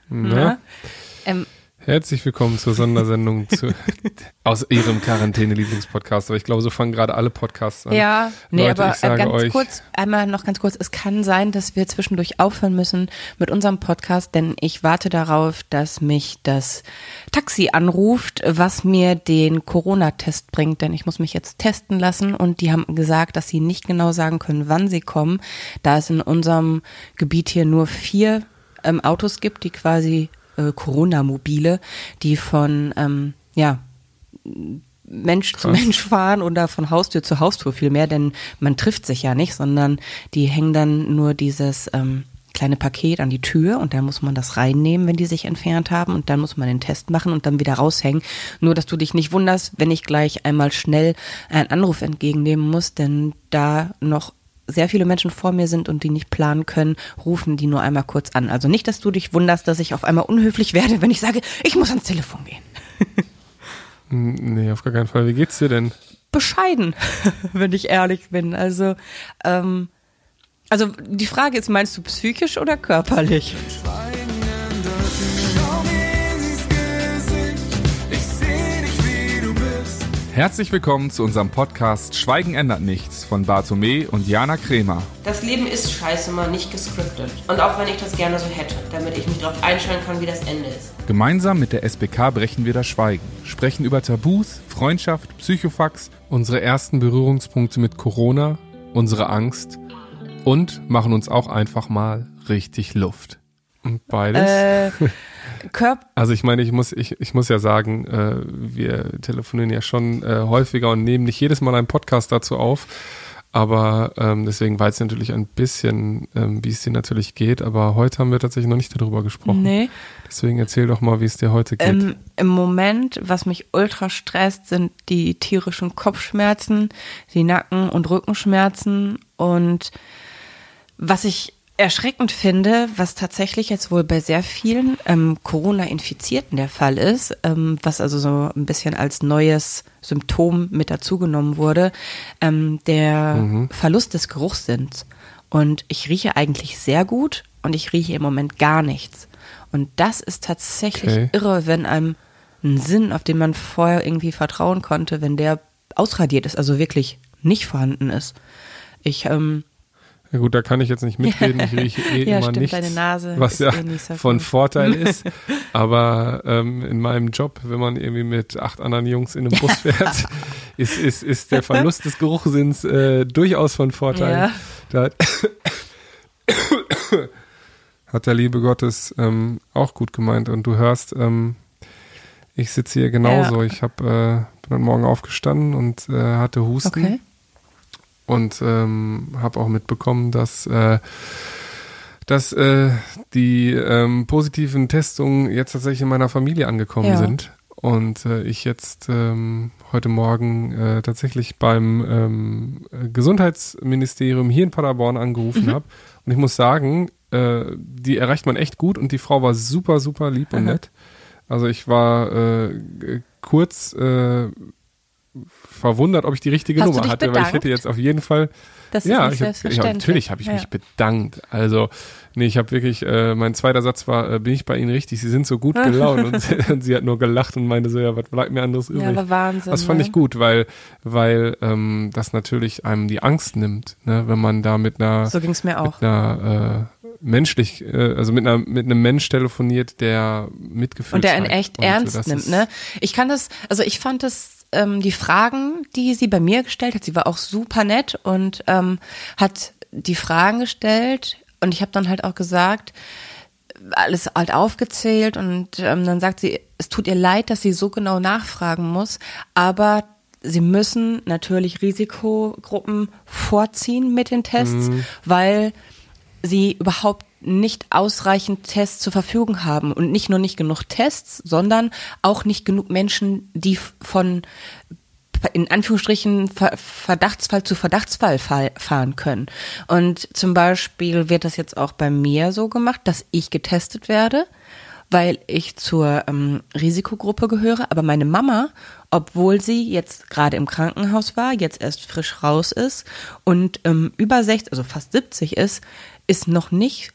Na? Herzlich willkommen zur Sondersendung aus Ihrem Quarantäne-Lieblingspodcast. Aber ich glaube, so fangen gerade alle Podcasts an. Ja, nee, Leute, aber ganz kurz, es kann sein, dass wir zwischendurch aufhören müssen mit unserem Podcast, denn ich warte darauf, dass mich das Taxi anruft, was mir den Corona-Test bringt, denn ich muss mich jetzt testen lassen und die haben gesagt, dass sie nicht genau sagen können, wann sie kommen, da es in unserem Gebiet hier nur 4 Autos gibt, die quasi Corona-Mobile, die von Mensch zu Mensch fahren oder von Haustür zu Haustür vielmehr, denn man trifft sich ja nicht, sondern die hängen dann nur dieses kleine Paket an die Tür und dann muss man das reinnehmen, wenn die sich entfernt haben und dann muss man den Test machen und dann wieder raushängen. Nur, dass du dich nicht wunderst, wenn ich gleich einmal schnell einen Anruf entgegennehmen muss, denn da noch sehr viele Menschen vor mir sind und die nicht planen können, rufen die nur einmal kurz an. Also nicht, dass du dich wunderst, dass ich auf einmal unhöflich werde, wenn ich sage, ich muss ans Telefon gehen. Nee, auf gar keinen Fall. Wie geht's dir denn? Bescheiden, wenn ich ehrlich bin. Also die Frage ist, meinst du psychisch oder körperlich? Herzlich willkommen zu unserem Podcast Schweigen ändert nichts von Bartome und Jana Kremer. Das Leben ist scheiße mal nicht gescriptet. Und auch wenn ich das gerne so hätte, damit ich mich darauf einstellen kann, wie das Ende ist. Gemeinsam mit der SBK brechen wir das Schweigen, sprechen über Tabus, Freundschaft, Psychofax, Unsere ersten Berührungspunkte mit Corona, unsere Angst und machen uns auch einfach mal richtig Luft. Und beides. Also ich meine, ich muss ja sagen, wir telefonieren ja schon häufiger und nehmen nicht jedes Mal einen Podcast dazu auf, aber deswegen weiß ich natürlich ein bisschen, wie es dir natürlich geht, aber heute haben wir tatsächlich noch nicht darüber gesprochen. Nee. Deswegen erzähl doch mal, wie es dir heute geht. Im Moment, was mich ultra stresst, sind die tierischen Kopfschmerzen, die Nacken- und Rückenschmerzen und was ich erschreckend finde, was tatsächlich jetzt wohl bei sehr vielen Corona-Infizierten der Fall ist, was also so ein bisschen als neues Symptom mit dazugenommen wurde, der Verlust des Geruchssinns. Und ich rieche eigentlich sehr gut und ich rieche im Moment gar nichts. Und das ist tatsächlich irre, wenn einem ein Sinn, auf den man vorher irgendwie vertrauen konnte, wenn der ausradiert ist, also wirklich nicht vorhanden ist. Ja gut, da kann ich jetzt nicht mitreden, ich rieche ja, immer stimmt, nichts, deine Nase was ja nicht so von gut. Vorteil ist, aber in meinem Job, wenn man irgendwie mit 8 anderen Jungs in einem Bus fährt, ist der Verlust des Geruchssinns durchaus von Vorteil. Ja. Da hat der Liebe Gottes auch gut gemeint und du hörst, ich sitze hier genauso, ich bin heute Morgen aufgestanden und hatte Husten. Okay. Und habe auch mitbekommen, dass die positiven Testungen jetzt tatsächlich in meiner Familie angekommen sind. Und ich jetzt heute Morgen tatsächlich beim Gesundheitsministerium hier in Paderborn angerufen habe. Und ich muss sagen, die erreicht man echt gut und die Frau war super, super lieb und nett. Also ich war kurz verwundert, ob ich die richtige Nummer hatte, bedankt? weil ich hätte jetzt auf jeden Fall, das ist nicht selbstverständlich. Natürlich habe ich mich bedankt. Also, nee, ich habe wirklich, mein zweiter Satz war, bin ich bei Ihnen richtig? Sie sind so gut gelaunt und sie hat nur gelacht und meinte so, ja, was bleibt mir anderes übrig? Ja, aber Wahnsinn. Das fand ich gut, weil das natürlich einem die Angst nimmt, ne, wenn man da mit einer, so ging's mir auch. mit einer also mit einem Mensch telefoniert, der Mitgefühl und der einen zeigt. echt Und ernst nimmt, ne? Ich fand das die Fragen, die sie bei mir gestellt hat, sie war auch super nett und hat die Fragen gestellt und ich habe dann halt auch gesagt, alles halt aufgezählt und dann sagt sie, es tut ihr leid, dass sie so genau nachfragen muss, aber sie müssen natürlich Risikogruppen vorziehen mit den Tests, weil sie überhaupt nicht ausreichend Tests zur Verfügung haben und nicht nur nicht genug Tests, sondern auch nicht genug Menschen, die von in Anführungsstrichen Verdachtsfall zu Verdachtsfall fahren können. Und zum Beispiel wird das jetzt auch bei mir so gemacht, dass ich getestet werde, weil ich zur Risikogruppe gehöre, aber meine Mama, obwohl sie jetzt gerade im Krankenhaus war, jetzt erst frisch raus ist und über 60, also fast 70 ist noch nicht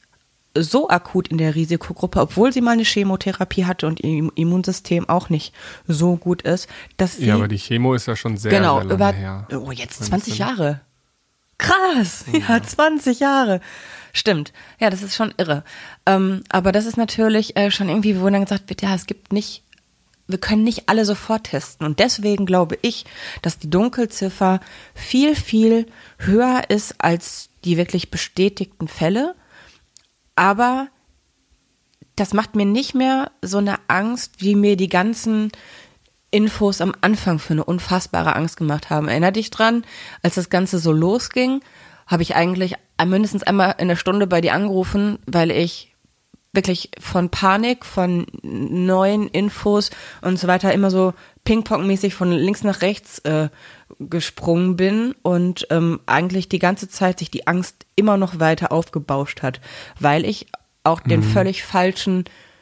so akut in der Risikogruppe, obwohl sie mal eine Chemotherapie hatte und ihr Immunsystem auch nicht so gut ist, dass sie... Ja, aber die Chemo ist ja schon sehr lange her. Oh, jetzt 20 Jahre. Krass, ja, 20 Jahre. Stimmt, ja, das ist schon irre. Aber das ist natürlich schon irgendwie, wo dann gesagt wird, ja, wir können nicht alle sofort testen. Und deswegen glaube ich, dass die Dunkelziffer viel, viel höher ist als die wirklich bestätigten Fälle. Aber das macht mir nicht mehr so eine Angst, wie mir die ganzen Infos am Anfang für eine unfassbare Angst gemacht haben. Erinner dich dran, als das Ganze so losging, habe ich eigentlich mindestens einmal in der Stunde bei dir angerufen, weil ich wirklich von Panik, von neuen Infos und so weiter immer so Ping-Pong-mäßig von links nach rechts gesprungen bin und eigentlich die ganze Zeit sich die Angst immer noch weiter aufgebauscht hat, weil ich auch den völlig falschen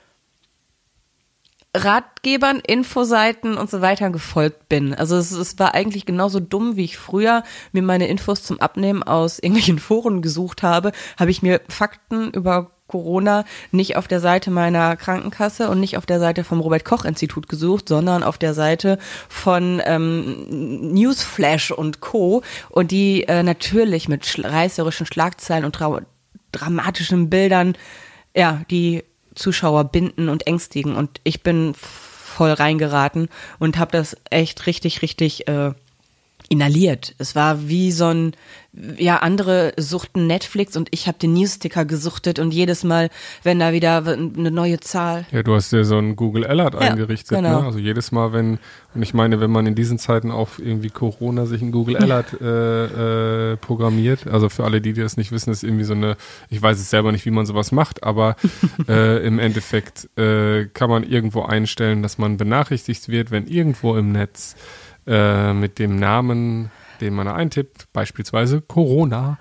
Ratgebern, Infoseiten und so weiter gefolgt bin. Also es war eigentlich genauso dumm, wie ich früher mir meine Infos zum Abnehmen aus irgendwelchen Foren gesucht habe ich mir Fakten über Corona nicht auf der Seite meiner Krankenkasse und nicht auf der Seite vom Robert-Koch-Institut gesucht, sondern auf der Seite von Newsflash und Co. Und die natürlich mit reißerischen Schlagzeilen und dramatischen Bildern, ja, die Zuschauer binden und ängstigen. Und ich bin voll reingeraten und habe das echt richtig, richtig inhaliert. Es war wie so ein, ja, andere suchten Netflix und ich habe den Newsticker gesuchtet und jedes Mal, wenn da wieder eine neue Zahl. Ja, du hast ja so einen Google Alert eingerichtet, genau. Ne? Also jedes Mal, und ich meine, wenn man in diesen Zeiten auf irgendwie Corona sich einen Google Alert programmiert, also für alle, die das nicht wissen, ist irgendwie so eine, ich weiß es selber nicht, wie man sowas macht, aber im Endeffekt kann man irgendwo einstellen, dass man benachrichtigt wird, wenn irgendwo im Netz mit dem Namen, den man eintippt, beispielsweise Corona,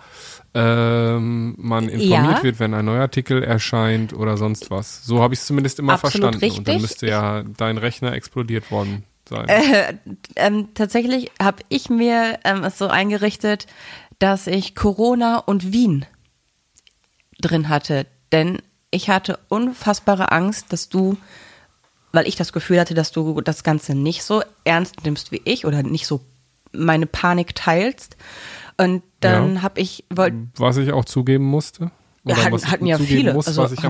man informiert wird, wenn ein neuer Artikel erscheint oder sonst was. So habe ich es zumindest immer verstanden. Richtig. Und dann müsste ja dein Rechner explodiert worden sein. Tatsächlich habe ich mir es so eingerichtet, dass ich Corona und Wien drin hatte. Denn ich hatte unfassbare Angst, dass du, weil ich das Gefühl hatte, dass du das Ganze nicht so ernst nimmst wie ich oder nicht so meine Panik teilst. Und dann habe ich... Was ich auch zugeben musste. Oder hatten ja viele. Muss, also was ich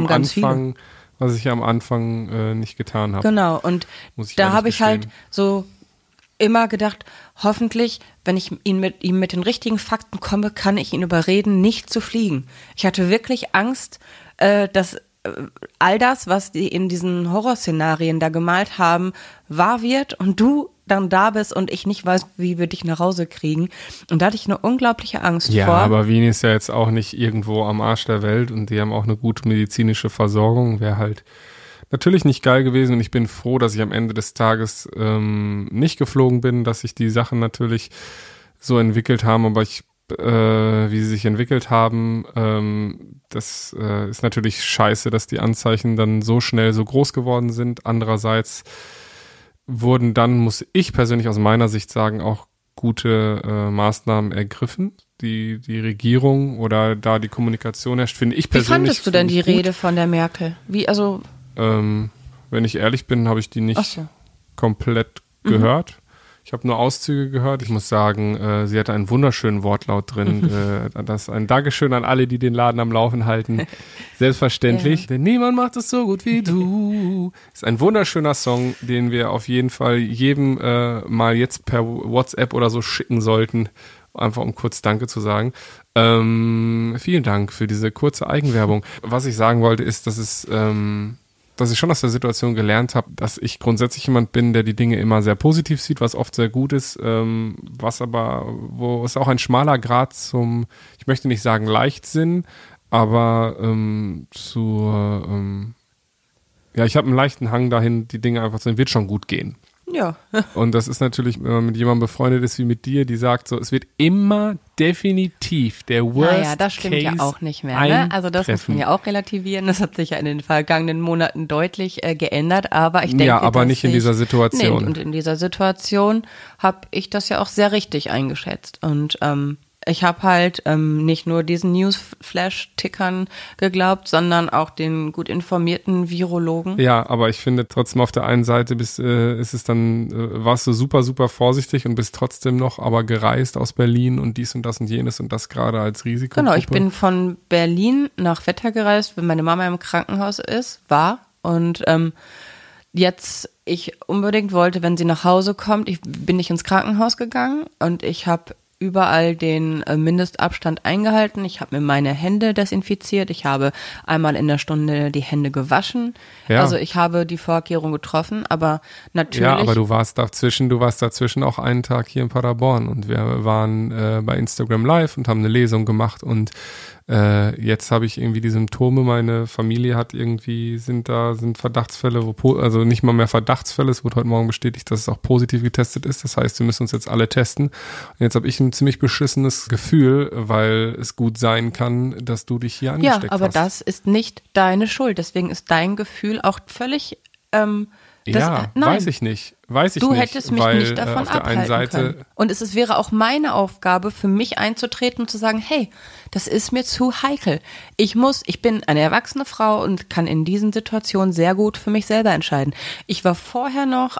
am Anfang nicht getan habe. Genau, und da habe ich halt so immer gedacht, hoffentlich, wenn ich ihm mit den richtigen Fakten komme, kann ich ihn überreden, nicht zu fliegen. Ich hatte wirklich Angst, dass all das, was die in diesen Horrorszenarien da gemalt haben, wahr wird und du dann da bist und ich nicht weiß, wie wir dich nach Hause kriegen. Und da hatte ich eine unglaubliche Angst vor. Ja, aber Wien ist ja jetzt auch nicht irgendwo am Arsch der Welt und die haben auch eine gute medizinische Versorgung. Wäre halt natürlich nicht geil gewesen und ich bin froh, dass ich am Ende des Tages nicht geflogen bin, dass sich die Sachen natürlich so entwickelt haben, aber wie sie sich entwickelt haben, das ist natürlich scheiße, dass die Anzeichen dann so schnell so groß geworden sind. Andererseits wurden dann, muss ich persönlich aus meiner Sicht sagen, auch gute Maßnahmen ergriffen. Die Regierung oder da die Kommunikation herrscht, finde ich persönlich. Wie fandest du denn die Rede von der Merkel? Wenn ich ehrlich bin, habe ich die nicht komplett gehört. Ich habe nur Auszüge gehört. Ich muss sagen, sie hatte einen wunderschönen Wortlaut drin. Das ein Dankeschön an alle, die den Laden am Laufen halten. Selbstverständlich. Ja. Denn niemand macht es so gut wie du. Ist ein wunderschöner Song, den wir auf jeden Fall jedem mal jetzt per WhatsApp oder so schicken sollten. Einfach um kurz Danke zu sagen. Vielen Dank für diese kurze Eigenwerbung. Was ich sagen wollte, ist, dass ich schon aus der Situation gelernt habe, dass ich grundsätzlich jemand bin, der die Dinge immer sehr positiv sieht, was oft sehr gut ist, wo es auch ein schmaler Grad zum, ich möchte nicht sagen Leichtsinn, aber ich habe einen leichten Hang dahin, die Dinge einfach zu sehen, wird schon gut gehen. Ja. Und das ist natürlich, wenn man mit jemandem befreundet ist wie mit dir, die sagt so, es wird immer definitiv der Worst Case. Naja, das stimmt ja auch nicht mehr. Ne? Also das muss man ja auch relativieren. Das hat sich ja in den vergangenen Monaten deutlich geändert. Aber ich denke, ja, aber nicht in dieser Situation. Nee, und in dieser Situation habe ich das ja auch sehr richtig eingeschätzt. Und Ich habe halt nicht nur diesen Newsflash-Tickern geglaubt, sondern auch den gut informierten Virologen. Ja, aber ich finde trotzdem auf der einen Seite warst du super, super vorsichtig und bist trotzdem noch aber gereist aus Berlin und dies und das und jenes und das gerade als Risikogruppe. Genau, ich bin von Berlin nach Wetter gereist, wenn meine Mama im Krankenhaus war und jetzt ich unbedingt wollte, wenn sie nach Hause kommt, bin ich ins Krankenhaus gegangen und ich habe überall den Mindestabstand eingehalten. Ich habe mir meine Hände desinfiziert. Ich habe einmal in der Stunde die Hände gewaschen. Ja. Also ich habe die Vorkehrung getroffen, aber natürlich. Ja, aber du warst dazwischen auch einen Tag hier in Paderborn und wir waren bei Instagram Live und haben eine Lesung gemacht und jetzt habe ich irgendwie die Symptome, meine Familie hat irgendwie, sind Verdachtsfälle, also nicht mal mehr Verdachtsfälle, es wurde heute Morgen bestätigt, dass es auch positiv getestet ist, das heißt, wir müssen uns jetzt alle testen und jetzt habe ich ein ziemlich beschissenes Gefühl, weil es gut sein kann, dass du dich hier angesteckt hast. Ja, aber das ist nicht deine Schuld, deswegen ist dein Gefühl auch völlig weiß ich nicht. Du hättest mich nicht davon abhalten können. Und wäre auch meine Aufgabe, für mich einzutreten und zu sagen, hey, das ist mir zu heikel. Ich bin eine erwachsene Frau und kann in diesen Situationen sehr gut für mich selber entscheiden. Ich war vorher noch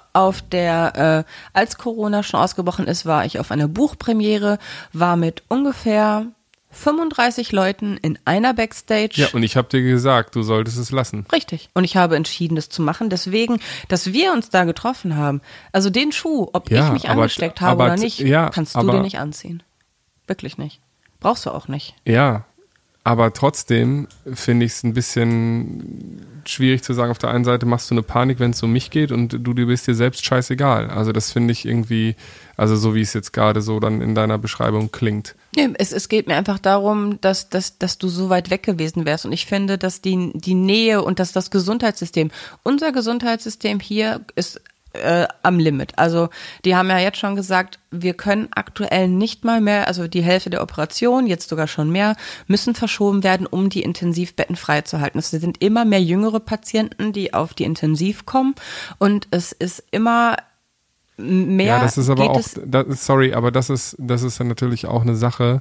als Corona schon ausgebrochen ist, war ich auf einer Buchpremiere, war mit ungefähr 35 Leuten in einer Backstage. Ja, und ich habe dir gesagt, du solltest es lassen. Richtig. Und ich habe entschieden, das zu machen. Deswegen, dass wir uns da getroffen haben, also den Schuh, ob ich mich angesteckt habe oder nicht, kannst du dir nicht anziehen. Wirklich nicht. Brauchst du auch nicht. Ja, aber trotzdem finde ich es ein bisschen schwierig zu sagen, auf der einen Seite machst du eine Panik, wenn es um mich geht und du bist dir selbst scheißegal. Also das finde ich irgendwie, also so wie es jetzt gerade so dann in deiner Beschreibung klingt. Ja, es geht mir einfach darum, dass du so weit weg gewesen wärst und ich finde, dass die Nähe und dass das Gesundheitssystem, unser Gesundheitssystem hier ist am Limit. Also die haben ja jetzt schon gesagt, wir können aktuell nicht mal mehr, also die Hälfte der Operationen, jetzt sogar schon mehr, müssen verschoben werden, um die Intensivbetten freizuhalten. Es sind immer mehr jüngere Patienten, die auf die Intensiv kommen und es ist immer mehr. Ja, das ist aber auch, aber das ist dann natürlich auch eine Sache,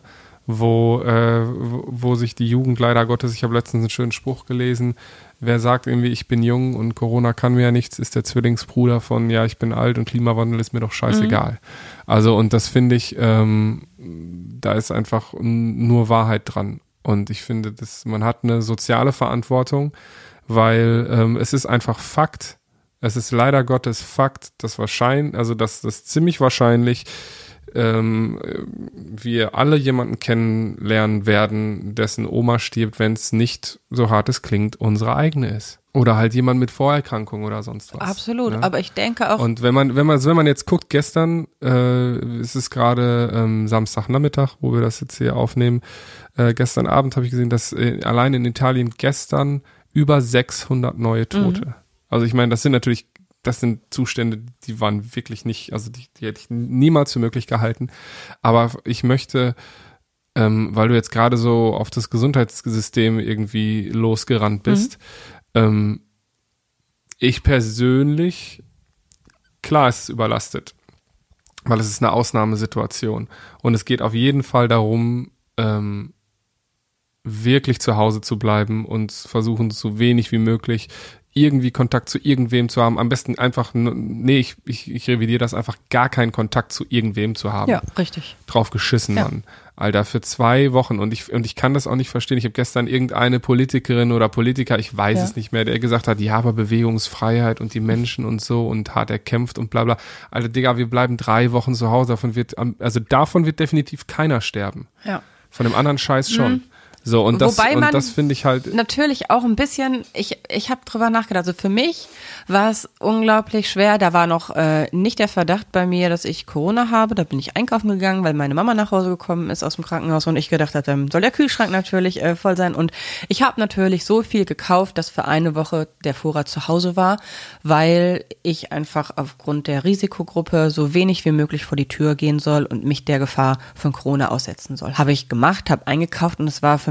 wo sich die Jugend leider Gottes, ich habe letztens einen schönen Spruch gelesen, wer sagt irgendwie, ich bin jung und Corona kann mir ja nichts, ist der Zwillingsbruder von, ja, ich bin alt und Klimawandel ist mir doch scheißegal. Mhm. Also und das finde ich, da ist einfach nur Wahrheit dran. Und ich finde, man hat eine soziale Verantwortung, weil es ist einfach Fakt, es ist leider Gottes Fakt, dass das ziemlich wahrscheinlich wir alle jemanden kennenlernen werden, dessen Oma stirbt, wenn es nicht, so hart es klingt, unsere eigene ist. Oder halt jemand mit Vorerkrankung oder sonst was. Absolut, ne? Aber ich denke auch. Und wenn man jetzt guckt, gestern ist es gerade Samstagnachmittag, wo wir das jetzt hier aufnehmen. Gestern Abend habe ich gesehen, dass allein in Italien gestern über 600 neue Tote. Mhm. Also ich meine, das sind Zustände, die waren wirklich nicht, also die hätte ich niemals für möglich gehalten. Aber ich möchte, weil du jetzt gerade so auf das Gesundheitssystem irgendwie losgerannt bist, ich persönlich, klar, es ist überlastet, weil es ist eine Ausnahmesituation. Und es geht auf jeden Fall darum, wirklich zu Hause zu bleiben und versuchen, so wenig wie möglich irgendwie Kontakt zu irgendwem zu haben. Am besten einfach, ich revidiere das, einfach gar keinen Kontakt zu irgendwem zu haben. Ja, richtig. Drauf geschissen, Mann. Alter, für 2 Wochen. Und ich kann das auch nicht verstehen. Ich habe gestern irgendeine Politikerin oder Politiker, ich weiß es nicht mehr, der gesagt hat, ja, aber Bewegungsfreiheit und die Menschen und so und hart erkämpft und bla bla. Alter, Digga, wir bleiben 3 Wochen zu Hause. Davon wird definitiv keiner sterben. Ja. Von dem anderen Scheiß schon. So, und das finde ich halt. Natürlich auch ein bisschen, ich habe drüber nachgedacht. Also für mich war es unglaublich schwer. Da war noch nicht der Verdacht bei mir, dass ich Corona habe. Da bin ich einkaufen gegangen, weil meine Mama nach Hause gekommen ist aus dem Krankenhaus und ich gedacht hatte, dann soll der Kühlschrank natürlich voll sein. Und ich habe natürlich so viel gekauft, dass für eine Woche der Vorrat zu Hause war, weil ich einfach aufgrund der Risikogruppe so wenig wie möglich vor die Tür gehen soll und mich der Gefahr von Corona aussetzen soll. Habe ich gemacht, habe eingekauft und es war für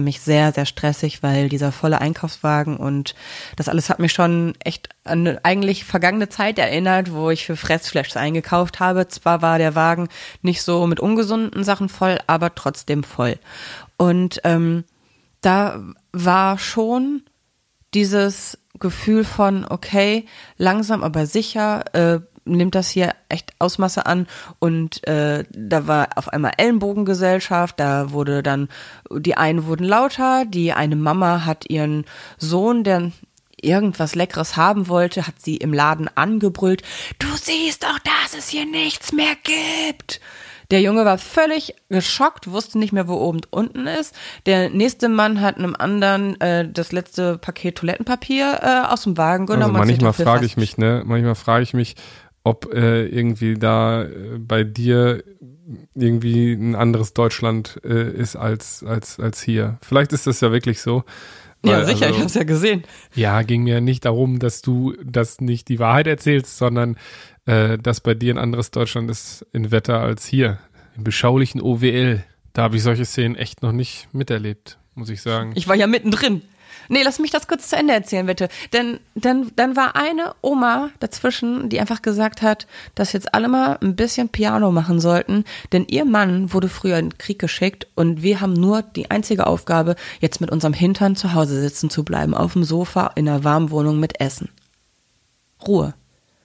mich sehr, sehr stressig, weil dieser volle Einkaufswagen und das alles hat mich schon echt an eine eigentlich vergangene Zeit erinnert, wo ich für Fressflash eingekauft habe. Zwar war der Wagen nicht so mit ungesunden Sachen voll, aber trotzdem voll. Und da war schon dieses Gefühl von, okay, langsam aber sicher nimmt das hier echt Ausmaße an und da war auf einmal Ellenbogengesellschaft, da wurde dann, die einen wurden lauter, die eine Mama hat ihren Sohn, der irgendwas Leckeres haben wollte, hat sie im Laden angebrüllt, du siehst doch, dass es hier nichts mehr gibt. Der Junge war völlig geschockt, wusste nicht mehr, wo oben und unten ist. Der nächste Mann hat einem anderen das letzte Paket Toilettenpapier aus dem Wagen genommen. Also manchmal frage ich mich, ob irgendwie da bei dir irgendwie ein anderes Deutschland ist als hier. Vielleicht ist das ja wirklich so. Weil, ja, sicher, ich habe es ja gesehen. Ja, ging mir nicht darum, dass du das nicht die Wahrheit erzählst, sondern dass bei dir ein anderes Deutschland ist in Wetter als hier. Im beschaulichen OWL. Da habe ich solche Szenen echt noch nicht miterlebt, muss ich sagen. Ich war ja mittendrin. Nee, lass mich das kurz zu Ende erzählen, bitte. Denn dann war eine Oma dazwischen, die einfach gesagt hat, dass jetzt alle mal ein bisschen Piano machen sollten, denn ihr Mann wurde früher in den Krieg geschickt und wir haben nur die einzige Aufgabe, jetzt mit unserem Hintern zu Hause sitzen zu bleiben, auf dem Sofa in einer warmen Wohnung mit Essen. Ruhe.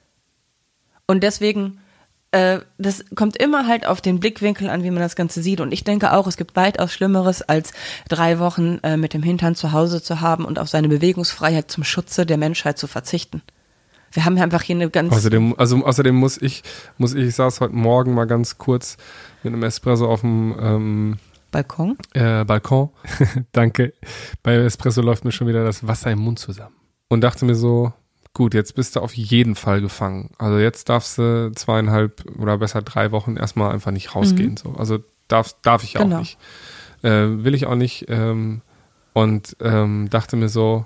Und deswegen, das kommt immer halt auf den Blickwinkel an, wie man das Ganze sieht. Und ich denke auch, es gibt weitaus Schlimmeres, als 3 Wochen mit dem Hintern zu Hause zu haben und auf seine Bewegungsfreiheit zum Schutze der Menschheit zu verzichten. Wir haben einfach hier eine ganz... Außerdem muss ich saß heute Morgen mal ganz kurz mit einem Espresso auf dem Balkon. Danke. Bei Espresso läuft mir schon wieder das Wasser im Mund zusammen. Und dachte mir so, gut, jetzt bist du auf jeden Fall gefangen. Also jetzt darfst du 2,5 oder besser 3 Wochen erstmal einfach nicht rausgehen. So. Also darf ich auch nicht. Will ich auch nicht. Und dachte mir so,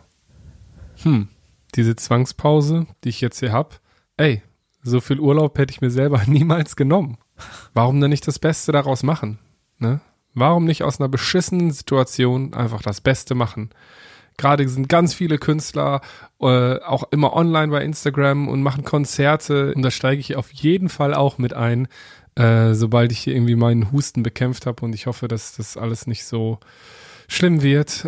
diese Zwangspause, die ich jetzt hier habe, so viel Urlaub hätte ich mir selber niemals genommen. Warum denn nicht das Beste daraus machen? Ne? Warum nicht aus einer beschissenen Situation einfach das Beste machen? Gerade sind ganz viele Künstler auch immer online bei Instagram und machen Konzerte. Und da steige ich auf jeden Fall auch mit ein, sobald ich hier irgendwie meinen Husten bekämpft habe. Und ich hoffe, dass das alles nicht so schlimm wird.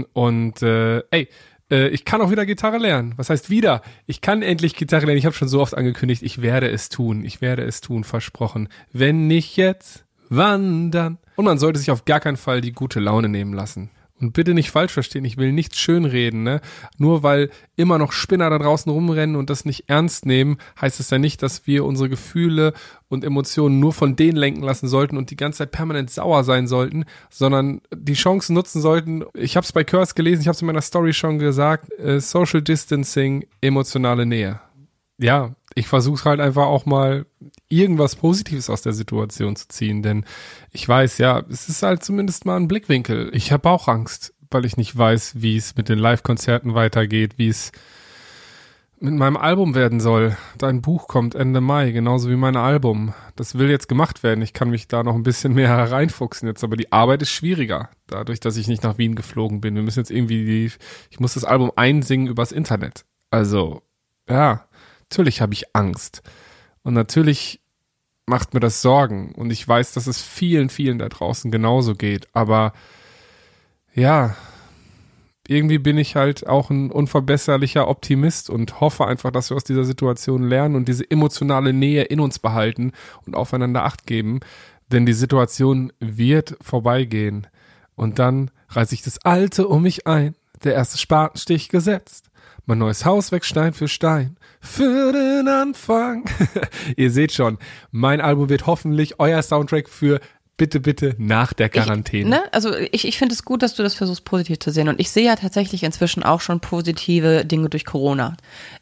Ich kann auch wieder Gitarre lernen. Was heißt wieder? Ich kann endlich Gitarre lernen. Ich habe schon so oft angekündigt, ich werde es tun, versprochen. Wenn nicht jetzt, wann dann? Und man sollte sich auf gar keinen Fall die gute Laune nehmen lassen. Und bitte nicht falsch verstehen, ich will nichts schönreden, ne? Nur weil immer noch Spinner da draußen rumrennen und das nicht ernst nehmen, heißt es ja nicht, dass wir unsere Gefühle und Emotionen nur von denen lenken lassen sollten und die ganze Zeit permanent sauer sein sollten, sondern die Chancen nutzen sollten. Ich habe es bei Curse gelesen, ich habe es in meiner Story schon gesagt, Social Distancing, emotionale Nähe. Ja, ich versuche halt einfach auch mal irgendwas Positives aus der Situation zu ziehen, denn ich weiß, ja, es ist halt zumindest mal ein Blickwinkel. Ich habe auch Angst, weil ich nicht weiß, wie es mit den Live-Konzerten weitergeht, wie es mit meinem Album werden soll. Dein Buch kommt Ende Mai, genauso wie mein Album. Das will jetzt gemacht werden. Ich kann mich da noch ein bisschen mehr hereinfuchsen jetzt, aber die Arbeit ist schwieriger, dadurch, dass ich nicht nach Wien geflogen bin. Wir müssen jetzt irgendwie ich muss das Album einsingen übers Internet. Also, ja, natürlich habe ich Angst. Und natürlich macht mir das Sorgen. Und ich weiß, dass es vielen, vielen da draußen genauso geht. Aber ja, irgendwie bin ich halt auch ein unverbesserlicher Optimist und hoffe einfach, dass wir aus dieser Situation lernen und diese emotionale Nähe in uns behalten und aufeinander Acht geben. Denn die Situation wird vorbeigehen. Und dann reiße ich das Alte um mich ein. Der erste Spatenstich gesetzt. Mein neues Haus wächst Stein für Stein. Für den Anfang. Ihr seht schon, mein Album wird hoffentlich euer Soundtrack für bitte nach der Quarantäne. Ich finde es gut, dass du das versuchst, positiv zu sehen. Und ich sehe ja tatsächlich inzwischen auch schon positive Dinge durch Corona.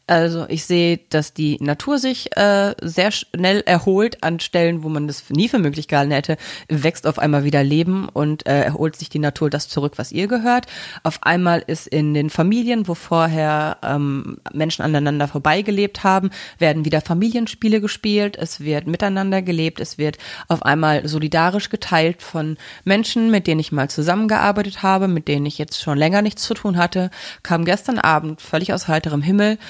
Also ich sehe, dass die Natur sich sehr schnell erholt an Stellen, wo man das nie für möglich gehalten hätte, wächst auf einmal wieder Leben und erholt sich die Natur das zurück, was ihr gehört. Auf einmal ist in den Familien, wo vorher Menschen aneinander vorbeigelebt haben, werden wieder Familienspiele gespielt, es wird miteinander gelebt, es wird auf einmal solidarisch geteilt von Menschen, mit denen ich mal zusammengearbeitet habe, mit denen ich jetzt schon länger nichts zu tun hatte, kam gestern Abend völlig aus heiterem Himmel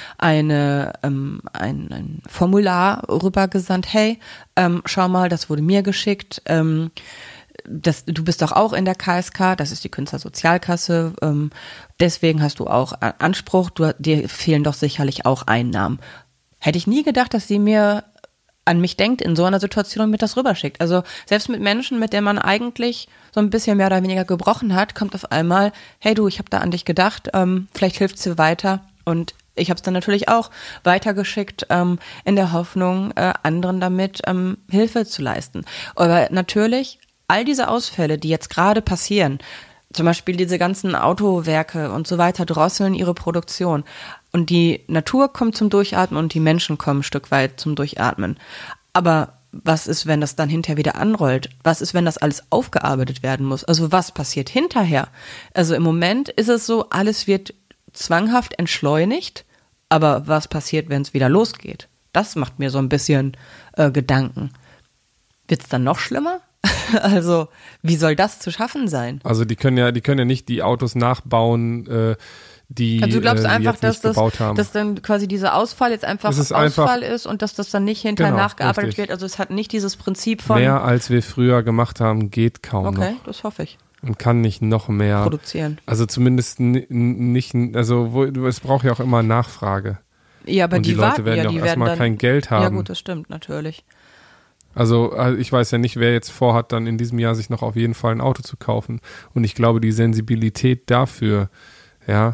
ein Formular rübergesandt, hey, schau mal, das wurde mir geschickt, du bist doch auch in der KSK, das ist die Künstlersozialkasse, deswegen hast du auch Anspruch, dir fehlen doch sicherlich auch Einnahmen. Hätte ich nie gedacht, dass sie mir an mich denkt in so einer Situation und mir das rüberschickt. Also selbst mit Menschen, mit denen man eigentlich so ein bisschen mehr oder weniger gebrochen hat, kommt auf einmal, hey du, ich habe da an dich gedacht, vielleicht hilft's dir weiter. Und ich habe es dann natürlich auch weitergeschickt, in der Hoffnung, anderen damit Hilfe zu leisten. Aber natürlich, all diese Ausfälle, die jetzt gerade passieren, zum Beispiel diese ganzen Autowerke und so weiter, drosseln ihre Produktion. Und die Natur kommt zum Durchatmen und die Menschen kommen ein Stück weit zum Durchatmen. Aber was ist, wenn das dann hinterher wieder anrollt? Was ist, wenn das alles aufgearbeitet werden muss? Also was passiert hinterher? Also im Moment ist es so, alles wird zwanghaft entschleunigt, aber was passiert, wenn es wieder losgeht? Das macht mir so ein bisschen Gedanken. Wird es dann noch schlimmer? Also, wie soll das zu schaffen sein? Also die können ja nicht die Autos nachbauen, die also du glaubst einfach, dass dann quasi dieser Ausfall jetzt einfach Ausfall ist und dass das dann nicht hinterher nachgearbeitet richtig. wird. Also es hat nicht dieses Prinzip von mehr als wir früher gemacht haben, geht kaum noch. Okay, das hoffe ich. Und kann nicht noch mehr produzieren. Also zumindest nicht, also es braucht ja auch immer Nachfrage. Ja, aber und die Leute werden ja auch erstmal kein Geld haben. Ja gut, das stimmt natürlich. Also ich weiß ja nicht, wer jetzt vorhat, dann in diesem Jahr sich noch auf jeden Fall ein Auto zu kaufen. Und ich glaube, die Sensibilität dafür, ja,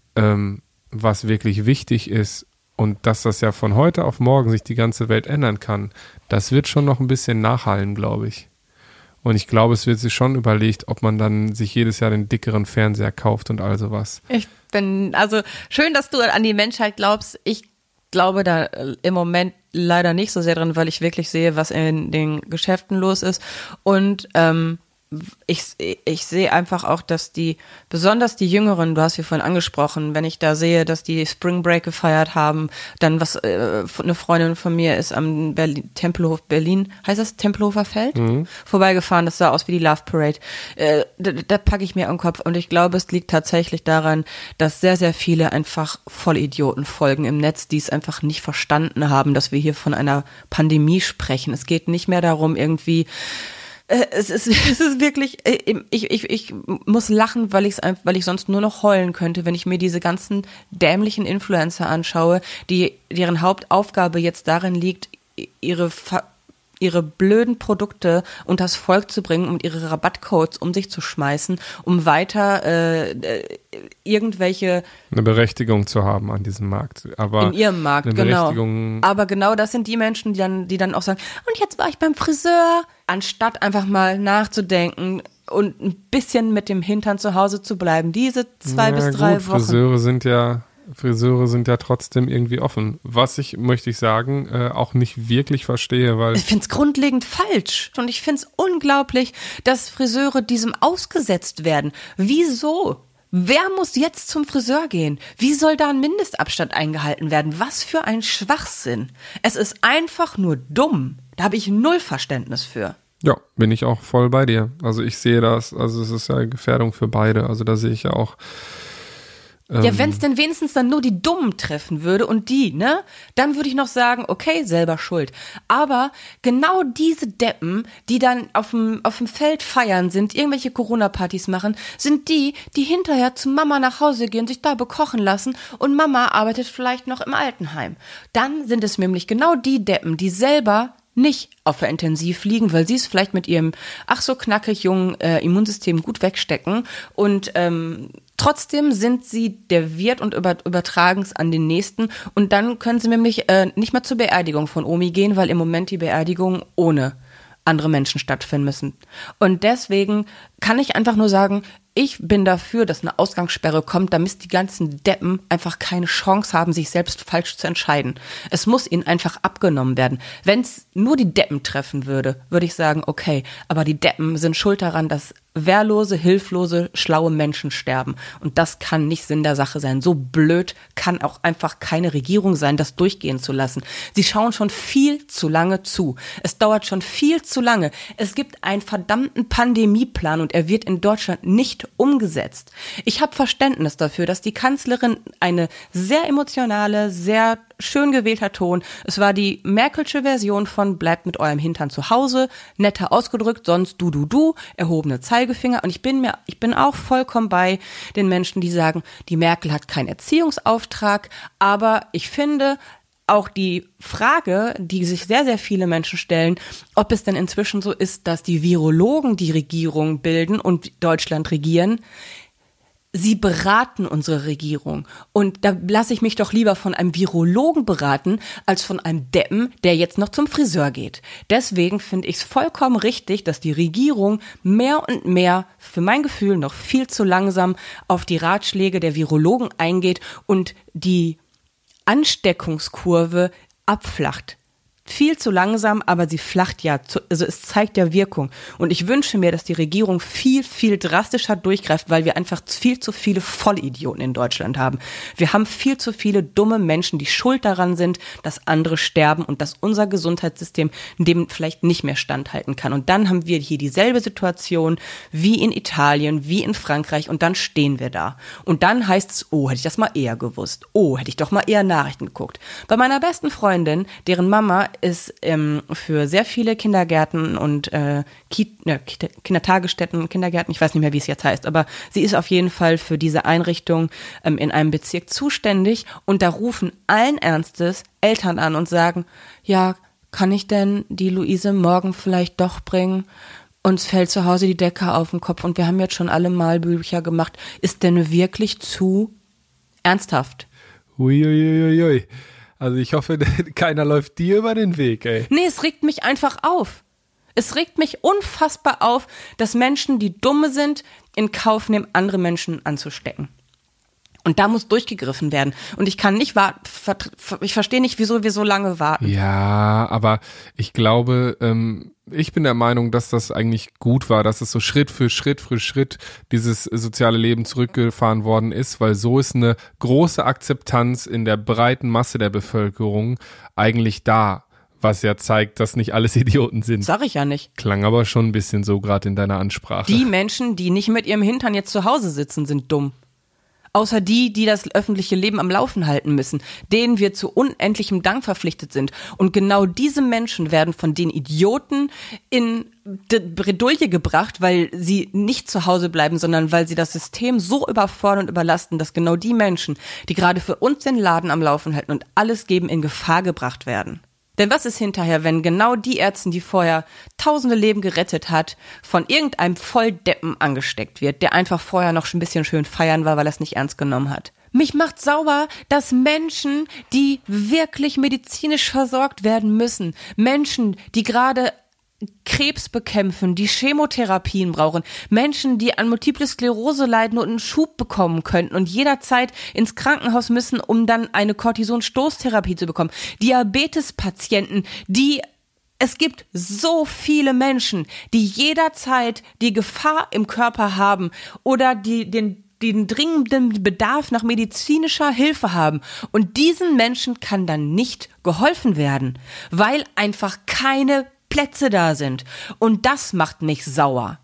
was wirklich wichtig ist und dass das ja von heute auf morgen sich die ganze Welt ändern kann, das wird schon noch ein bisschen nachhallen, glaube ich. Und ich glaube, es wird sich schon überlegt, ob man dann sich jedes Jahr den dickeren Fernseher kauft und all sowas. Also schön, dass du an die Menschheit glaubst. Ich glaube da im Moment leider nicht so sehr drin, weil ich wirklich sehe, was in den Geschäften los ist. Und ich sehe einfach auch, dass besonders die Jüngeren, du hast sie vorhin angesprochen, wenn ich da sehe, dass die Spring Break gefeiert haben, dann eine Freundin von mir ist am Tempelhof Berlin, heißt das Tempelhofer Feld? Vorbeigefahren, das sah aus wie die Love Parade. Da packe ich mir am Kopf und ich glaube, es liegt tatsächlich daran, dass sehr, sehr viele einfach Vollidioten folgen im Netz, die es einfach nicht verstanden haben, dass wir hier von einer Pandemie sprechen. Es geht nicht mehr darum, irgendwie es ist wirklich, ich muss lachen, weil ich sonst nur noch heulen könnte, wenn ich mir diese ganzen dämlichen Influencer anschaue, deren Hauptaufgabe jetzt darin liegt, ihre blöden Produkte unters Volk zu bringen und ihre Rabattcodes um sich zu schmeißen, um weiter irgendwelche eine Berechtigung zu haben an diesem Markt. Aber in ihrem Markt, genau. Aber genau das sind die Menschen, die dann auch sagen, und jetzt war ich beim Friseur, anstatt einfach mal nachzudenken und ein bisschen mit dem Hintern zu Hause zu bleiben. Diese 2 bis 3 Wochen. Friseure sind ja trotzdem irgendwie offen. Was ich, möchte ich sagen, auch nicht wirklich verstehe, weil... Ich finde es grundlegend falsch. Und ich finde es unglaublich, dass Friseure diesem ausgesetzt werden. Wieso? Wer muss jetzt zum Friseur gehen? Wie soll da ein Mindestabstand eingehalten werden? Was für ein Schwachsinn. Es ist einfach nur dumm. Da habe ich 0 Verständnis für. Ja, bin ich auch voll bei dir. Also ich sehe das, also es ist ja Gefährdung für beide. Also da sehe ich ja auch... Ja, wenn es denn wenigstens dann nur die Dummen treffen würde und die, ne? Dann würde ich noch sagen, okay, selber schuld. Aber genau diese Deppen, die dann auf dem Feld feiern sind, irgendwelche Corona-Partys machen, sind die hinterher zu Mama nach Hause gehen, sich da bekochen lassen und Mama arbeitet vielleicht noch im Altenheim. Dann sind es nämlich genau die Deppen, die selber nicht auf der Intensiv liegen, weil sie es vielleicht mit ihrem ach so knackig jungen Immunsystem gut wegstecken und trotzdem sind sie der Wirt und übertragen es an den Nächsten und dann können sie nämlich nicht mal zur Beerdigung von Omi gehen, weil im Moment die Beerdigungen ohne andere Menschen stattfinden müssen. Und deswegen kann ich einfach nur sagen, ich bin dafür, dass eine Ausgangssperre kommt, damit die ganzen Deppen einfach keine Chance haben, sich selbst falsch zu entscheiden. Es muss ihnen einfach abgenommen werden. Wenn es nur die Deppen treffen würde, würde ich sagen, okay, aber die Deppen sind schuld daran, dass wehrlose, hilflose, schlaue Menschen sterben. Und das kann nicht Sinn der Sache sein. So blöd kann auch einfach keine Regierung sein, das durchgehen zu lassen. Sie schauen schon viel zu lange zu. Es dauert schon viel zu lange. Es gibt einen verdammten Pandemieplan und er wird in Deutschland nicht umgesetzt. Ich habe Verständnis dafür, dass die Kanzlerin eine sehr emotionale, sehr schön gewählter Ton. Es war die Merkelsche Version von bleibt mit eurem Hintern zu Hause, netter ausgedrückt, sonst du, erhobene Zeigefinger. Und ich bin auch vollkommen bei den Menschen, die sagen, die Merkel hat keinen Erziehungsauftrag, aber ich finde, auch die Frage, die sich sehr, sehr viele Menschen stellen, ob es denn inzwischen so ist, dass die Virologen die Regierung bilden und Deutschland regieren. Sie beraten unsere Regierung. Und da lasse ich mich doch lieber von einem Virologen beraten, als von einem Deppen, der jetzt noch zum Friseur geht. Deswegen finde ich es vollkommen richtig, dass die Regierung mehr und mehr, für mein Gefühl noch viel zu langsam, auf die Ratschläge der Virologen eingeht und die Ansteckungskurve abflacht. Viel zu langsam, aber sie flacht ja, also es zeigt ja Wirkung. Und ich wünsche mir, dass die Regierung viel, viel drastischer durchgreift, weil wir einfach viel zu viele Vollidioten in Deutschland haben. Wir haben viel zu viele dumme Menschen, die schuld daran sind, dass andere sterben und dass unser Gesundheitssystem dem vielleicht nicht mehr standhalten kann. Und dann haben wir hier dieselbe Situation wie in Italien, wie in Frankreich und dann stehen wir da. Und dann heißt es, oh, hätte ich das mal eher gewusst. Oh, hätte ich doch mal eher Nachrichten geguckt. Bei meiner besten Freundin, deren Mama ist für sehr viele Kindergärten und Kindertagesstätten, Kindergärten, ich weiß nicht mehr, wie es jetzt heißt, aber sie ist auf jeden Fall für diese Einrichtung in einem Bezirk zuständig und da rufen allen Ernstes Eltern an und sagen, ja, kann ich denn die Luise morgen vielleicht doch bringen? Uns fällt zu Hause die Decke auf den Kopf und wir haben jetzt schon alle Malbücher gemacht. Ist denn wirklich zu ernsthaft? Uiuiuiui. Also ich hoffe, keiner läuft dir über den Weg, ey. Nee, es regt mich einfach auf. Es regt mich unfassbar auf, dass Menschen, die dumme sind, in Kauf nehmen, andere Menschen anzustecken. Und da muss durchgegriffen werden. Und ich kann nicht warten, ich verstehe nicht, wieso wir so lange warten. Ja, aber ich glaube, ich bin der Meinung, dass das eigentlich gut war, dass es so Schritt für Schritt dieses soziale Leben zurückgefahren worden ist, weil so ist eine große Akzeptanz in der breiten Masse der Bevölkerung eigentlich da, was ja zeigt, dass nicht alles Idioten sind. Sag ich ja nicht. Klang aber schon ein bisschen so gerade in deiner Ansprache. Die Menschen, die nicht mit ihrem Hintern jetzt zu Hause sitzen, sind dumm. Außer die das öffentliche Leben am Laufen halten müssen, denen wir zu unendlichem Dank verpflichtet sind. Und genau diese Menschen werden von den Idioten in Bredouille gebracht, weil sie nicht zu Hause bleiben, sondern weil sie das System so überfordern und überlasten, dass genau die Menschen, die gerade für uns den Laden am Laufen halten und alles geben, in Gefahr gebracht werden. Denn was ist hinterher, wenn genau die Ärztin, die vorher tausende Leben gerettet hat, von irgendeinem Volldeppen angesteckt wird, der einfach vorher noch ein bisschen schön feiern war, weil er es nicht ernst genommen hat? Mich macht sauer, dass Menschen, die wirklich medizinisch versorgt werden müssen, Menschen, die gerade Krebs bekämpfen, die Chemotherapien brauchen, Menschen, die an Multiple Sklerose leiden und einen Schub bekommen könnten und jederzeit ins Krankenhaus müssen, um dann eine Cortisonstoßtherapie zu bekommen, Diabetespatienten, es gibt so viele Menschen, die jederzeit die Gefahr im Körper haben oder den dringenden Bedarf nach medizinischer Hilfe haben. Und diesen Menschen kann dann nicht geholfen werden, weil einfach keine Plätze da sind. Und das macht mich sauer.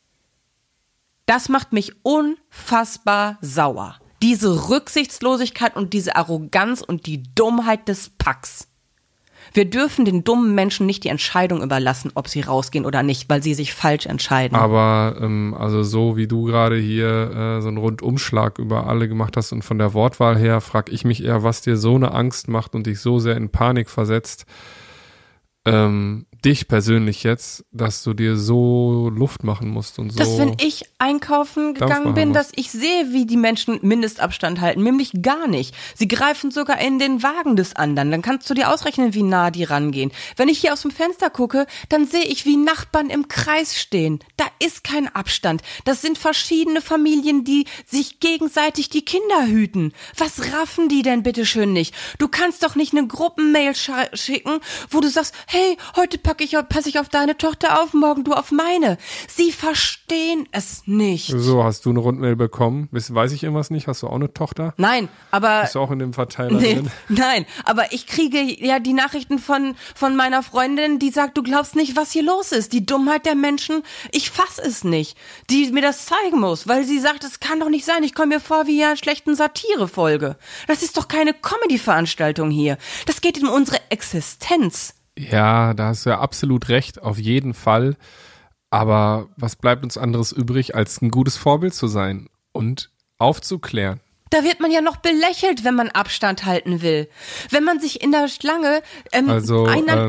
Das macht mich unfassbar sauer. Diese Rücksichtslosigkeit und diese Arroganz und die Dummheit des Packs. Wir dürfen den dummen Menschen nicht die Entscheidung überlassen, ob sie rausgehen oder nicht, weil sie sich falsch entscheiden. Aber also so wie du gerade hier so einen Rundumschlag über alle gemacht hast und von der Wortwahl her, frage ich mich eher, was dir so eine Angst macht und dich so sehr in Panik versetzt, dich persönlich jetzt, dass du dir so Luft machen musst und so. Dass wenn ich einkaufen gegangen bin, dass ich sehe, wie die Menschen Mindestabstand halten, nämlich gar nicht. Sie greifen sogar in den Wagen des anderen, dann kannst du dir ausrechnen, wie nah die rangehen. Wenn ich hier aus dem Fenster gucke, dann sehe ich, wie Nachbarn im Kreis stehen. Da ist kein Abstand. Das sind verschiedene Familien, die sich gegenseitig die Kinder hüten. Was raffen die denn bitteschön nicht? Du kannst doch nicht eine Gruppenmail schicken, wo du sagst, hey, heute passe ich auf deine Tochter auf, morgen du auf meine. Sie verstehen es nicht. So, hast du eine Rundmail bekommen? Weiß ich irgendwas nicht? Hast du auch eine Tochter? Nein, aber... Bist du auch in dem Verteiler drin? Nein, aber ich kriege ja die Nachrichten von meiner Freundin, die sagt, du glaubst nicht, was hier los ist. Die Dummheit der Menschen, ich fass es nicht. Die mir das zeigen muss, weil sie sagt, es kann doch nicht sein. Ich komme mir vor wie in einer schlechten Satirefolge. Das ist doch keine Comedy-Veranstaltung hier. Das geht um unsere Existenz. Ja, da hast du ja absolut recht, auf jeden Fall. Aber was bleibt uns anderes übrig, als ein gutes Vorbild zu sein und aufzuklären? Da wird man ja noch belächelt, wenn man Abstand halten will. Wenn man sich in der Schlange, also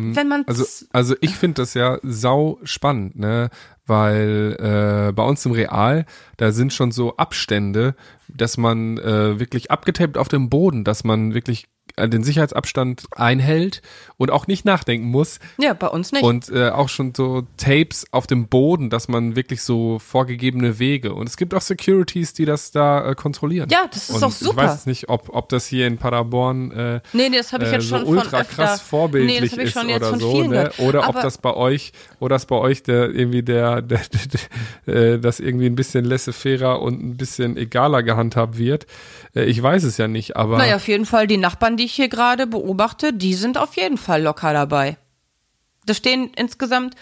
ich finde das ja sau spannend, ne? Weil bei uns im Real, da sind schon so Abstände, dass man wirklich abgetaped auf dem Boden, dass man wirklich den Sicherheitsabstand einhält und auch nicht nachdenken muss. Ja, bei uns nicht. Und auch schon so Tapes auf dem Boden, dass man wirklich so vorgegebene Wege. Und es gibt auch Securities, die das da kontrollieren. Ja, das ist und auch super. Ich weiß nicht, ob das hier in Paderborn nee, das habe ich jetzt so schon ultra von krass vorbildlich das ich ist schon jetzt oder von so, vielen ne? Oder ob das bei euch das irgendwie das irgendwie ein bisschen laissez-fairer und ein bisschen egaler gehandhabt wird. Ich weiß es ja nicht, aber... Naja, auf jeden Fall, die Nachbarn, die ich hier gerade beobachte, die sind auf jeden Fall locker dabei. Da stehen insgesamt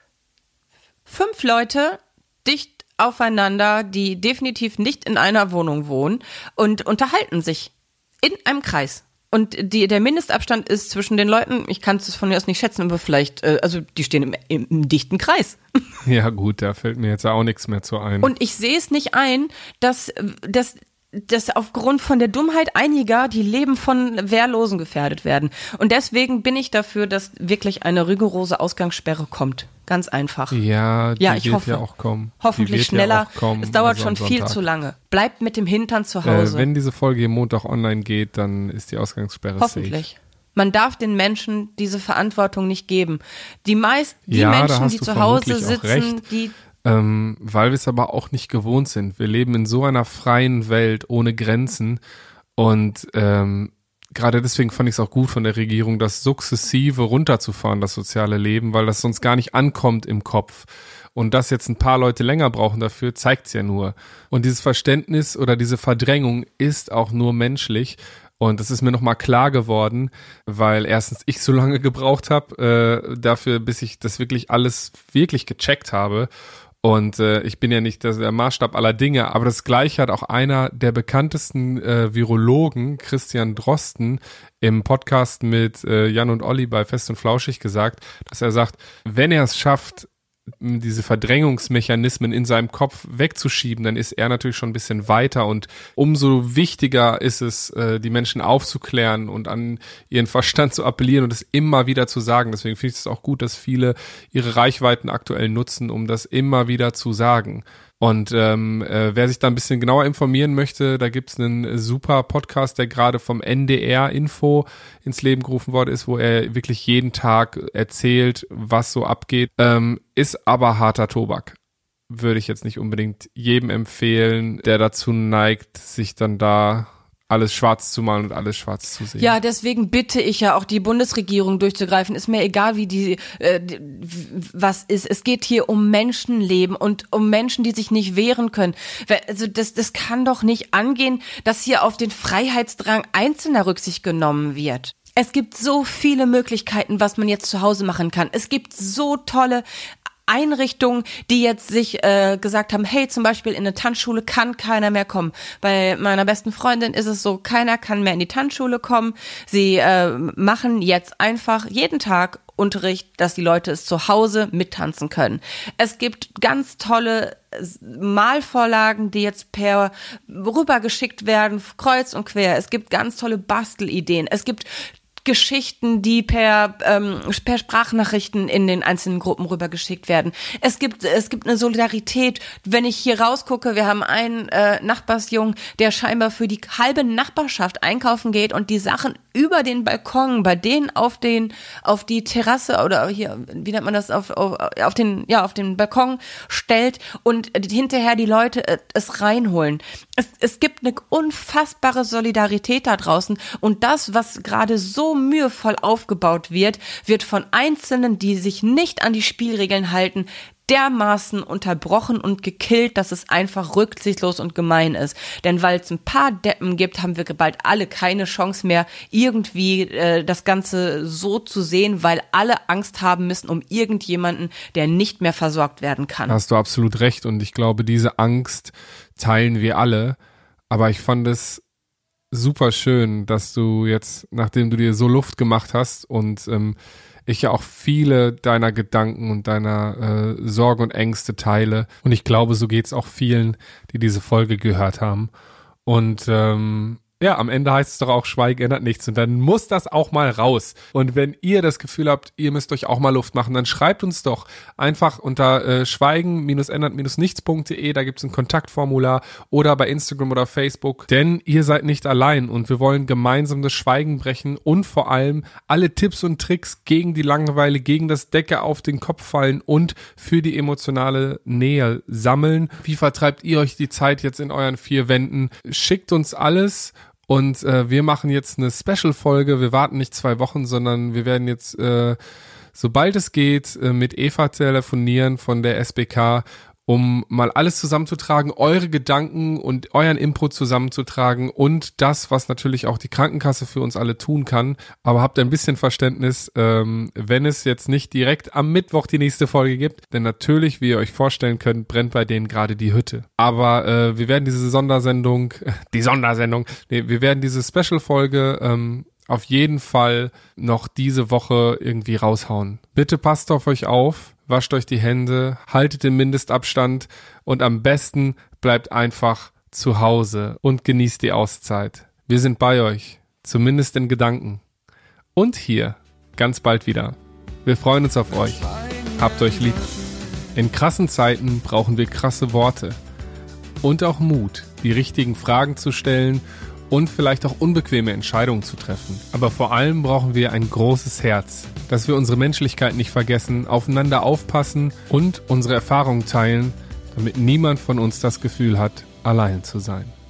5 Leute dicht aufeinander, die definitiv nicht in einer Wohnung wohnen und unterhalten sich in einem Kreis. Und der Mindestabstand ist zwischen den Leuten, ich kann es von mir aus nicht schätzen, aber vielleicht, also die stehen im dichten Kreis. Ja gut, da fällt mir jetzt auch nichts mehr zu ein. Und ich sehe es nicht ein, dass aufgrund von der Dummheit einiger die Leben von Wehrlosen gefährdet werden. Und deswegen bin ich dafür, dass wirklich eine rigorose Ausgangssperre kommt. Ganz einfach. Ja, ich hoffe. Ja auch kommen. Hoffentlich schneller. Ja auch kommen, es dauert also schon viel zu lange. Bleibt mit dem Hintern zu Hause. Wenn diese Folge hier Montag online geht, dann ist die Ausgangssperre hoffentlich. Safe. Man darf den Menschen diese Verantwortung nicht geben. Die Menschen, die zu Hause sitzen, die... weil wir es aber auch nicht gewohnt sind. Wir leben in so einer freien Welt ohne Grenzen und gerade deswegen fand ich es auch gut von der Regierung, das sukzessive runterzufahren, das soziale Leben, weil das sonst gar nicht ankommt im Kopf. Und dass jetzt ein paar Leute länger brauchen dafür, zeigt's ja nur. Und dieses Verständnis oder diese Verdrängung ist auch nur menschlich. Und das ist mir nochmal klar geworden, weil erstens ich so lange gebraucht habe dafür, bis ich das wirklich alles wirklich gecheckt habe. Und ich bin ja nicht der Maßstab aller Dinge, aber das Gleiche hat auch einer der bekanntesten Virologen, Christian Drosten, im Podcast mit Jan und Olli bei Fest und Flauschig gesagt, dass er sagt, wenn er es schafft, diese Verdrängungsmechanismen in seinem Kopf wegzuschieben, dann ist er natürlich schon ein bisschen weiter und umso wichtiger ist es, die Menschen aufzuklären und an ihren Verstand zu appellieren und es immer wieder zu sagen. Deswegen finde ich es auch gut, dass viele ihre Reichweiten aktuell nutzen, um das immer wieder zu sagen. Und wer sich da ein bisschen genauer informieren möchte, da gibt's einen super Podcast, der gerade vom NDR Info ins Leben gerufen worden ist, wo er wirklich jeden Tag erzählt, was so abgeht. Ist aber harter Tobak. Würde ich jetzt nicht unbedingt jedem empfehlen, der dazu neigt, sich dann da alles schwarz zu malen und alles schwarz zu sehen. Ja, deswegen bitte ich ja auch die Bundesregierung durchzugreifen. Ist mir egal, wie was ist. Es geht hier um Menschenleben und um Menschen, die sich nicht wehren können. Also das kann doch nicht angehen, dass hier auf den Freiheitsdrang Einzelner Rücksicht genommen wird. Es gibt so viele Möglichkeiten, was man jetzt zu Hause machen kann. Es gibt so tolle Einrichtungen, die jetzt sich gesagt haben, hey, zum Beispiel in eine Tanzschule kann keiner mehr kommen. Bei meiner besten Freundin ist es so, keiner kann mehr in die Tanzschule kommen. Sie machen jetzt einfach jeden Tag Unterricht, dass die Leute es zu Hause mittanzen können. Es gibt ganz tolle Malvorlagen, die jetzt rübergeschickt werden, kreuz und quer. Es gibt ganz tolle Bastelideen. Es gibt Geschichten, die per Sprachnachrichten in den einzelnen Gruppen rübergeschickt werden. Es gibt eine Solidarität. Wenn ich hier rausgucke, wir haben einen Nachbarsjungen, der scheinbar für die halbe Nachbarschaft einkaufen geht und die Sachen über den Balkon, bei denen auf die Terrasse oder hier, wie nennt man das, auf den Balkon stellt und hinterher die Leute es reinholen. Es gibt eine unfassbare Solidarität da draußen und das, was gerade so mühevoll aufgebaut wird von Einzelnen, die sich nicht an die Spielregeln halten, dermaßen unterbrochen und gekillt, dass es einfach rücksichtslos und gemein ist. Denn weil es ein paar Deppen gibt, haben wir bald alle keine Chance mehr, irgendwie das Ganze so zu sehen, weil alle Angst haben müssen um irgendjemanden, der nicht mehr versorgt werden kann. Da hast du absolut recht und ich glaube, diese Angst teilen wir alle. Aber ich fand es super schön, dass du jetzt, nachdem du dir so Luft gemacht hast und ich ja auch viele deiner Gedanken und deiner Sorgen und Ängste teile. Und ich glaube, so geht's auch vielen, die diese Folge gehört haben. Und ja, am Ende heißt es doch auch, Schweigen ändert nichts. Und dann muss das auch mal raus. Und wenn ihr das Gefühl habt, ihr müsst euch auch mal Luft machen, dann schreibt uns doch einfach unter schweigen-ändert-nichts.de. Da gibt's ein Kontaktformular oder bei Instagram oder Facebook. Denn ihr seid nicht allein und wir wollen gemeinsam das Schweigen brechen und vor allem alle Tipps und Tricks gegen die Langeweile, gegen das Decke auf den Kopf fallen und für die emotionale Nähe sammeln. Wie vertreibt ihr euch die Zeit jetzt in euren 4 Wänden? Schickt uns alles. Und wir machen jetzt eine Special-Folge. Wir warten nicht 2 Wochen, sondern wir werden jetzt, sobald es geht, mit Eva telefonieren von der SBK, um mal alles zusammenzutragen, eure Gedanken und euren Input zusammenzutragen und das, was natürlich auch die Krankenkasse für uns alle tun kann. Aber habt ein bisschen Verständnis, wenn es jetzt nicht direkt am Mittwoch die nächste Folge gibt, denn natürlich, wie ihr euch vorstellen könnt, brennt bei denen gerade die Hütte. Aber wir werden diese wir werden diese Special-Folge auf jeden Fall noch diese Woche irgendwie raushauen. Bitte passt auf euch auf, wascht euch die Hände, haltet den Mindestabstand und am besten bleibt einfach zu Hause und genießt die Auszeit. Wir sind bei euch, zumindest in Gedanken. Und hier, ganz bald wieder. Wir freuen uns auf euch. Habt euch lieb. In krassen Zeiten brauchen wir krasse Worte. Und auch Mut, die richtigen Fragen zu stellen und vielleicht auch unbequeme Entscheidungen zu treffen. Aber vor allem brauchen wir ein großes Herz, dass wir unsere Menschlichkeit nicht vergessen, aufeinander aufpassen und unsere Erfahrungen teilen, damit niemand von uns das Gefühl hat, allein zu sein.